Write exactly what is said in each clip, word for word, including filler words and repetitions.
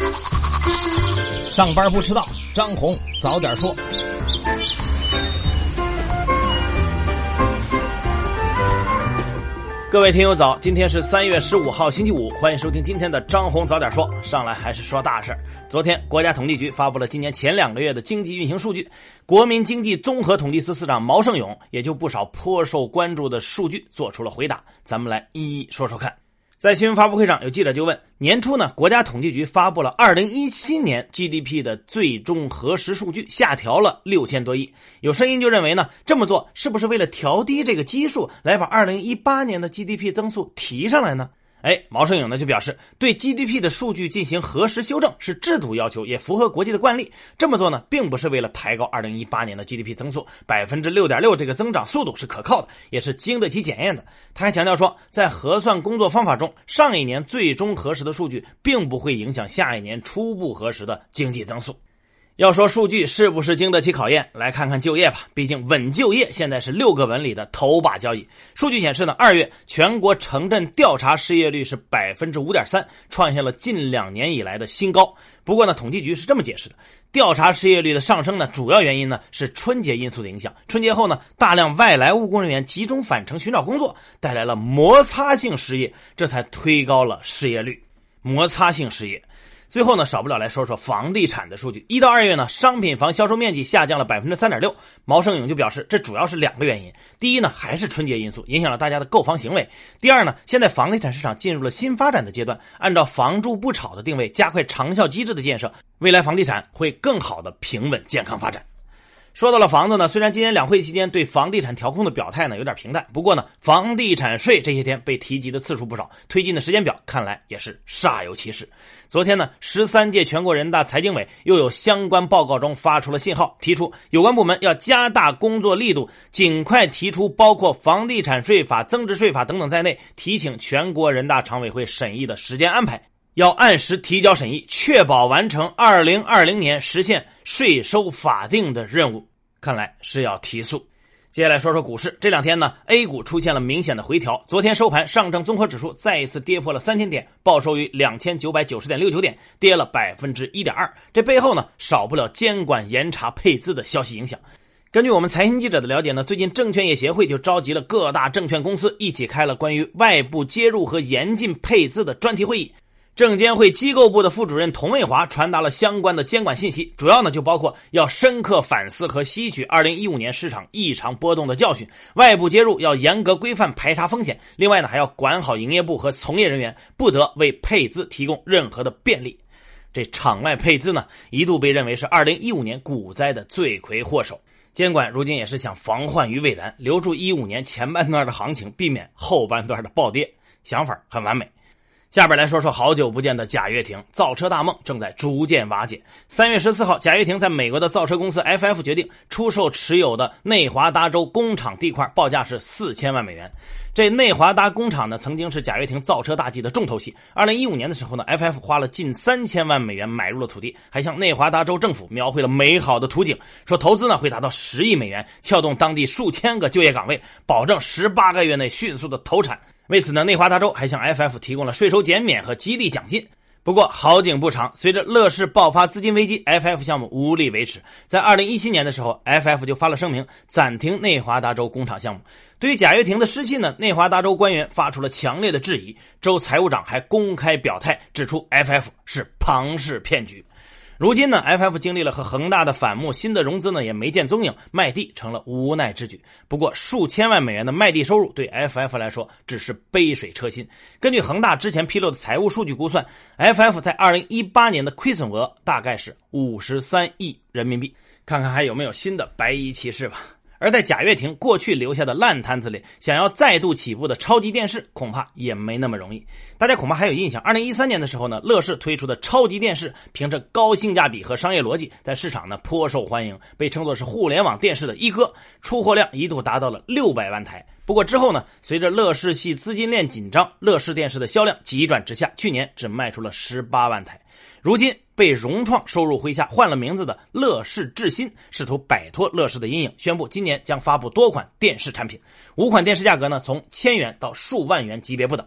上班不迟到，张红早点说。各位听友早，今天是三月十五号星期五，欢迎收听今天的张红早点说。上来还是说大事儿。昨天国家统计局发布了今年前两个月的经济运行数据，国民经济综合统计司司长毛盛勇也就不少颇受关注的数据做出了回答，咱们来一一说说看。在新闻发布会上，有记者就问，年初呢，国家统计局发布了二零一七年 G D P 的最终核实数据，下调了六千多亿。有声音就认为呢，这么做是不是为了调低这个基数，来把二零一八年的 G D P 增速提上来呢？哎，毛盛勇呢就表示，对 G D P 的数据进行核实修正是制度要求，也符合国际的惯例。这么做呢，并不是为了抬高二零一八年的 G D P 增速， 百分之六点六 这个增长速度是可靠的，也是经得起检验的。他还强调说，在核算工作方法中，上一年最终核实的数据并不会影响下一年初步核实的经济增速。要说数据是不是经得起考验，来看看就业吧。毕竟稳就业现在是六个稳里的头把交椅。数据显示呢，二月全国城镇调查失业率是 百分之五点三， 创下了近两年以来的新高。不过呢，统计局是这么解释的，调查失业率的上升呢，主要原因呢是春节因素的影响。春节后呢，大量外来务工人员集中返程寻找工作，带来了摩擦性失业，这才推高了失业率。摩擦性失业。最后呢，少不了来说说房地产的数据。一到二月呢，商品房销售面积下降了 百分之三点六。 毛盛勇就表示，这主要是两个原因。第一呢，还是春节因素影响了大家的购房行为。第二呢，现在房地产市场进入了新发展的阶段，按照房住不炒的定位，加快长效机制的建设，未来房地产会更好的平稳健康发展。说到了房子呢，虽然今年两会期间对房地产调控的表态呢有点平淡，不过呢，房地产税这些天被提及的次数不少，推进的时间表看来也是煞有其事。昨天呢，十三届全国人大财经委又有相关报告中发出了信号，提出有关部门要加大工作力度，尽快提出包括房地产税法、增值税法等等在内，提请全国人大常委会审议的时间安排。要按时提交审议，确保完成二零二零年实现税收法定的任务。看来是要提速。接下来说说股市，这两天呢 A 股出现了明显的回调，昨天收盘上证综合指数再一次跌破了三千点，报收于 两千九百九十点六九点，跌了 百分之一点二。 这背后呢，少不了监管严查配资的消息影响。根据我们财经记者的了解呢，最近证券业协会就召集了各大证券公司一起开了关于外部介入和严禁配资的专题会议。证监会机构部的副主任童卫华传达了相关的监管信息，主要呢就包括要深刻反思和吸取二零一五年市场异常波动的教训，外部介入要严格规范排查风险，另外呢还要管好营业部和从业人员，不得为配资提供任何的便利。这场外配资呢，一度被认为是二零一五年股灾的罪魁祸首。监管如今也是想防患于未然，留住一五年前半段的行情，避免后半段的暴跌，想法很完美。下边来说说好久不见的贾跃亭，造车大梦正在逐渐瓦解。三月十四号，贾跃亭在美国的造车公司 F F 决定出售持有的内华达州工厂地块，报价是四千万美元。这内华达工厂呢，曾经是贾跃亭造车大计的重头戏。二零一五年的时候呢 ，F F 花了近三千万美元买入了土地，还向内华达州政府描绘了美好的图景，说投资呢会达到十亿美元，撬动当地数千个就业岗位，保证十八个月内迅速的投产。为此呢，内华达州还向 F F 提供了税收减免和激励奖金。不过好景不长，随着乐视爆发资金危机， F F 项目无力维持。在二零一七年的时候 ，F F 就发了声明，暂停内华达州工厂项目。对于贾跃亭的失信呢，内华达州官员发出了强烈的质疑，州财务长还公开表态，指出 F F 是庞氏骗局。如今呢 F F 经历了和恒大的反目，新的融资呢也没见踪影，卖地成了无奈之举。不过数千万美元的卖地收入对 F F 来说只是杯水车薪。根据恒大之前披露的财务数据估算， F F 在二零一八年的亏损额大概是五十三亿人民币。看看还有没有新的白衣骑士吧。而在贾跃亭过去留下的烂摊子里，想要再度起步的超级电视恐怕也没那么容易。大家恐怕还有印象，二零一三年的时候呢，乐视推出的超级电视凭着高性价比和商业逻辑，在市场呢颇受欢迎，被称作是互联网电视的一哥，出货量一度达到了六百万台。不过之后呢，随着乐视系资金链紧张，乐视电视的销量急转直下，去年只卖出了十八万台。如今被融创收入麾下，换了名字的乐视智新试图摆脱乐视的阴影，宣布今年将发布多款电视产品，五款电视价格呢从千元到数万元级别不等。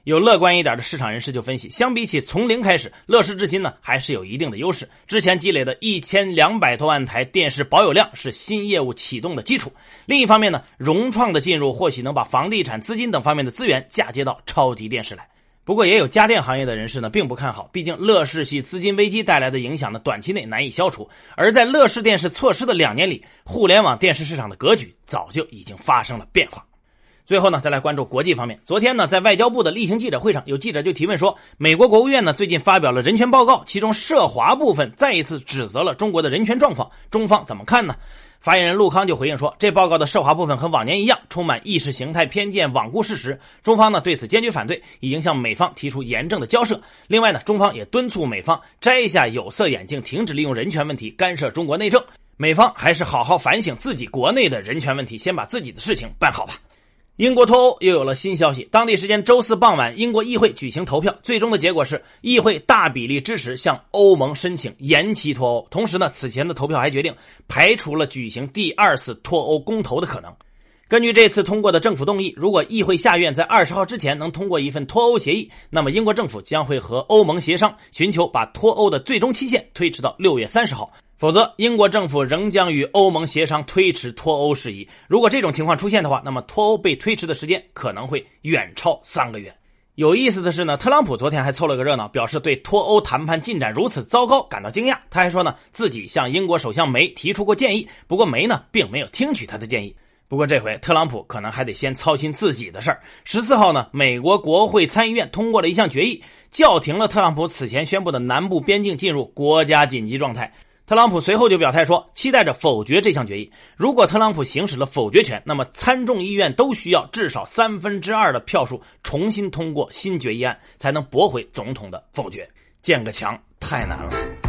有乐观一点的市场人士就分析，相比起从零开始，乐视智新呢还是有一定的优势。之前积累的一千两百多万台电视保有量是新业务启动的基础。另一方面呢，融创的进入或许能把房地产、资金等方面的资源嫁接到超级电视来。不过也有家电行业的人士呢并不看好，毕竟乐视系资金危机带来的影响呢短期内难以消除。而在乐视电视错失的两年里，互联网电视市场的格局早就已经发生了变化。最后呢，再来关注国际方面。昨天呢，在外交部的例行记者会上，有记者就提问说，美国国务院呢最近发表了人权报告，其中涉华部分再一次指责了中国的人权状况，中方怎么看呢？发言人陆康就回应说，这报告的涉华部分和往年一样，充满意识形态偏见，罔顾事实。中方呢对此坚决反对，已经向美方提出严正的交涉。另外呢，中方也敦促美方摘下有色眼镜，停止利用人权问题干涉中国内政。美方还是好好反省自己国内的人权问题，先把自己的事情办好吧。英国脱欧又有了新消息，当地时间周四傍晚，英国议会举行投票，最终的结果是议会大比例支持向欧盟申请延期脱欧。同时呢，此前的投票还决定排除了举行第二次脱欧公投的可能。根据这次通过的政府动议，如果议会下院在二十号之前能通过一份脱欧协议，那么英国政府将会和欧盟协商，寻求把脱欧的最终期限推迟到六月三十号。否则，英国政府仍将与欧盟协商推迟脱欧事宜。如果这种情况出现的话，那么脱欧被推迟的时间可能会远超三个月。有意思的是呢，特朗普昨天还凑了个热闹，表示对脱欧谈判进展如此糟糕感到惊讶。他还说呢，自己向英国首相梅提出过建议，不过梅呢并没有听取他的建议。不过这回特朗普可能还得先操心自己的事儿。十四号呢，美国国会参议院通过了一项决议，叫停了特朗普此前宣布的南部边境进入国家紧急状态。特朗普随后就表态说，期待着否决这项决议。如果特朗普行使了否决权，那么参众议院都需要至少三分之二的票数重新通过新决议案，才能驳回总统的否决。建个墙太难了。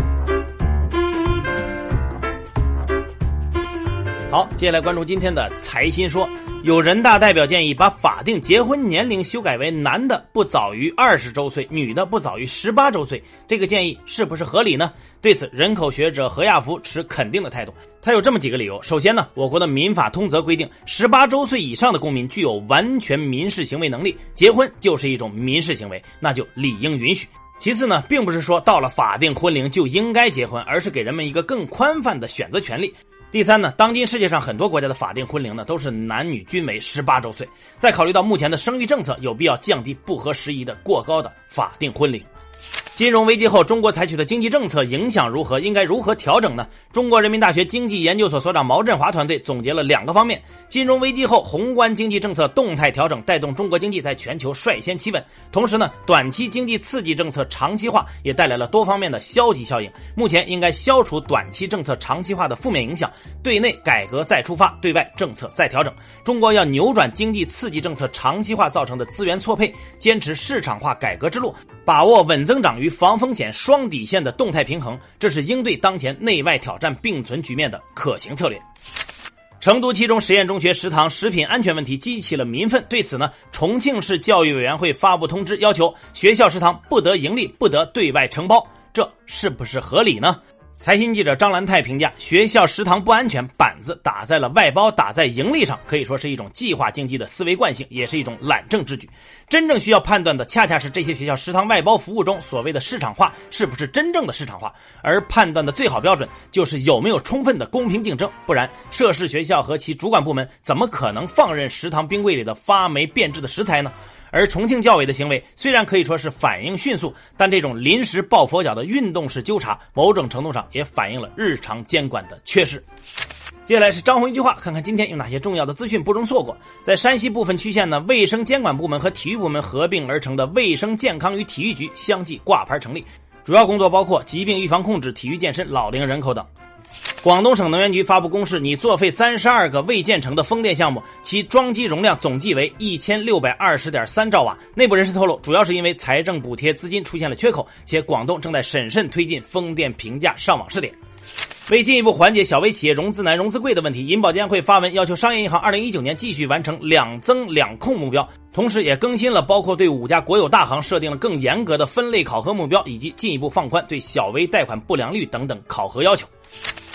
好，接下来关注今天的财新说。有人大代表建议把法定结婚年龄修改为男的不早于二十周岁，女的不早于十八周岁，这个建议是不是合理呢？对此，人口学者何亚夫持肯定的态度。他有这么几个理由。首先呢，我国的民法通则规定，十八周岁以上的公民具有完全民事行为能力，结婚就是一种民事行为，那就理应允许。其次呢，并不是说到了法定婚龄就应该结婚，而是给人们一个更宽泛的选择权利。第三呢，当今世界上很多国家的法定婚龄呢都是男女均为十八周岁。再考虑到目前的生育政策，有必要降低不合时宜的过高的法定婚龄。金融危机后，中国采取的经济政策影响如何？应该如何调整呢？中国人民大学经济研究所所长毛振华团队总结了两个方面。金融危机后，宏观经济政策动态调整，带动中国经济在全球率先企稳。同时呢，短期经济刺激政策长期化也带来了多方面的消极效应。目前应该消除短期政策长期化的负面影响，对内改革再出发，对外政策再调整。中国要扭转经济刺激政策长期化造成的资源错配，坚持市场化改革之路，把握稳增长与防风险双底线的动态平衡，这是应对当前内外挑战并存局面的可行策略。成都七中实验中学食堂食品安全问题激起了民愤，对此呢，重庆市教育委员会发布通知，要求学校食堂不得盈利，不得对外承包，这是不是合理呢？财新记者张兰泰评价，学校食堂不安全板子打在了外包打在盈利上，可以说是一种计划经济的思维惯性，也是一种懒政之举。真正需要判断的恰恰是这些学校食堂外包服务中所谓的市场化是不是真正的市场化，而判断的最好标准就是有没有充分的公平竞争，不然涉事学校和其主管部门怎么可能放任食堂冰柜里的发霉变质的食材呢？而重庆教委的行为虽然可以说是反应迅速，但这种临时抱佛脚的运动式纠察，某种程度上也反映了日常监管的缺失。接下来是张红一句话，看看今天有哪些重要的资讯不容错过。在山西部分区县呢，卫生监管部门和体育部门合并而成的卫生健康与体育局相继挂牌成立，主要工作包括疾病预防控制、体育健身、老龄人口等。广东省能源局发布公示，拟作废三十二个未建成的风电项目，其装机容量总计为 一千六百二十点三兆瓦。内部人士透露，主要是因为财政补贴资金出现了缺口，且广东正在审慎推进风电评价上网试点。为进一步缓解小微企业融资难、融资贵的问题，银保监会发文要求商业银行二零一九年继续完成两增两控目标，同时也更新了包括对五家国有大行设定了更严格的分类考核目标，以及进一步放宽对小微贷款不良率等等考核要求。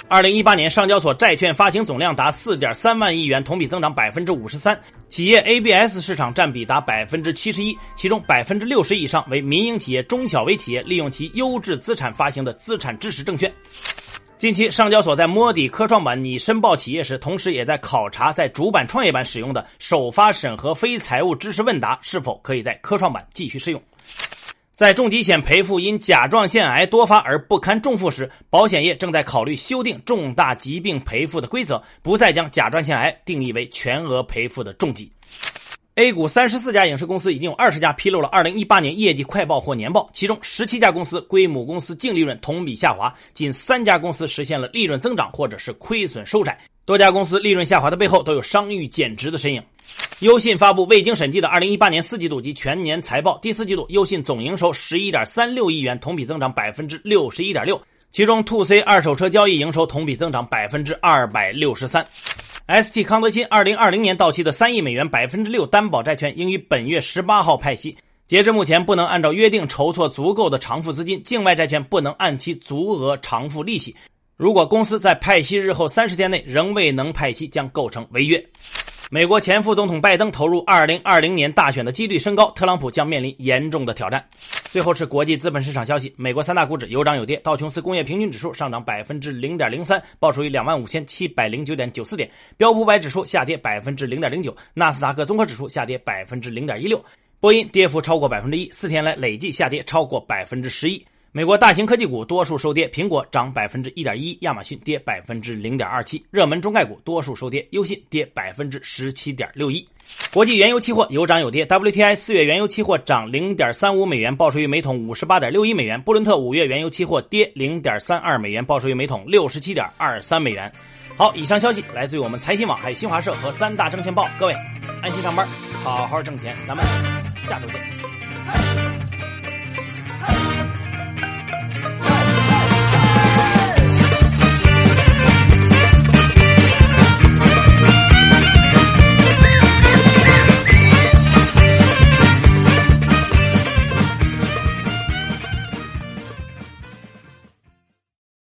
二零一八年上交所债券发行总量达 四点三万亿元，同比增长 百分之五十三， 企业 A B S 市场占比达 百分之七十一， 其中 百分之六十 以上为民营企业、中小微企业利用其优质资产发行的资产支持证券。近期上交所在摸底科创板拟申报企业时，同时也在考察在主板创业板使用的首发审核非财务知识问答是否可以在科创板继续适用。在重疾险赔付因甲状腺癌多发而不堪重负时，保险业正在考虑修订重大疾病赔付的规则，不再将甲状腺癌定义为全额赔付的重疾。A 股三十四家影视公司已经有二十家披露了二零一八年业绩快报或年报，其中十七家公司归母公司净利润同比下滑，仅三家公司实现了利润增长或者是亏损收窄，多家公司利润下滑的背后都有商誉减值的身影。优信发布未经审计的二零一八年四季度及全年财报，第四季度优信总营收 十一点三六亿元，同比增长 百分之六十一点六， 其中 to C 二手车交易营收同比增长 百分之二百六十三。S T 康德新二零二零年到期的三亿美元 百分之六 担保债券应于本月十八号派息，截至目前不能按照约定筹措足够的偿付资金，境外债券不能按期足额偿付利息，如果公司在派息日后三十天内仍未能派息，将构成违约。美国前副总统拜登投入二零二零年大选的几率升高，特朗普将面临严重的挑战。最后是国际资本市场消息，美国三大股指有涨有跌，道琼斯工业平均指数上涨 百分之零点零三， 报收于 两万五千七百零九点九四 点，标普五百指数下跌 百分之零点零九， 纳斯达克综合指数下跌 百分之零点一六， 波音跌幅超过 百分之一， 四天来累计下跌超过 百分之十一。美国大型科技股多数收跌，苹果涨 百分之一点一， 亚马逊跌 百分之零点二七， 热门中概股多数收跌，优信跌 百分之十七点六一。国际原油期货有涨有跌， W T I 四月原油期货涨 零点三五美元，报收于每桶 五十八点六一美元，布伦特五月原油期货跌 零点三二美元，报收于每桶 六十七点二三美元。好，以上消息来自于我们财新网、还有新华社和三大证券报，各位安心上班，好好挣钱，咱们下周见。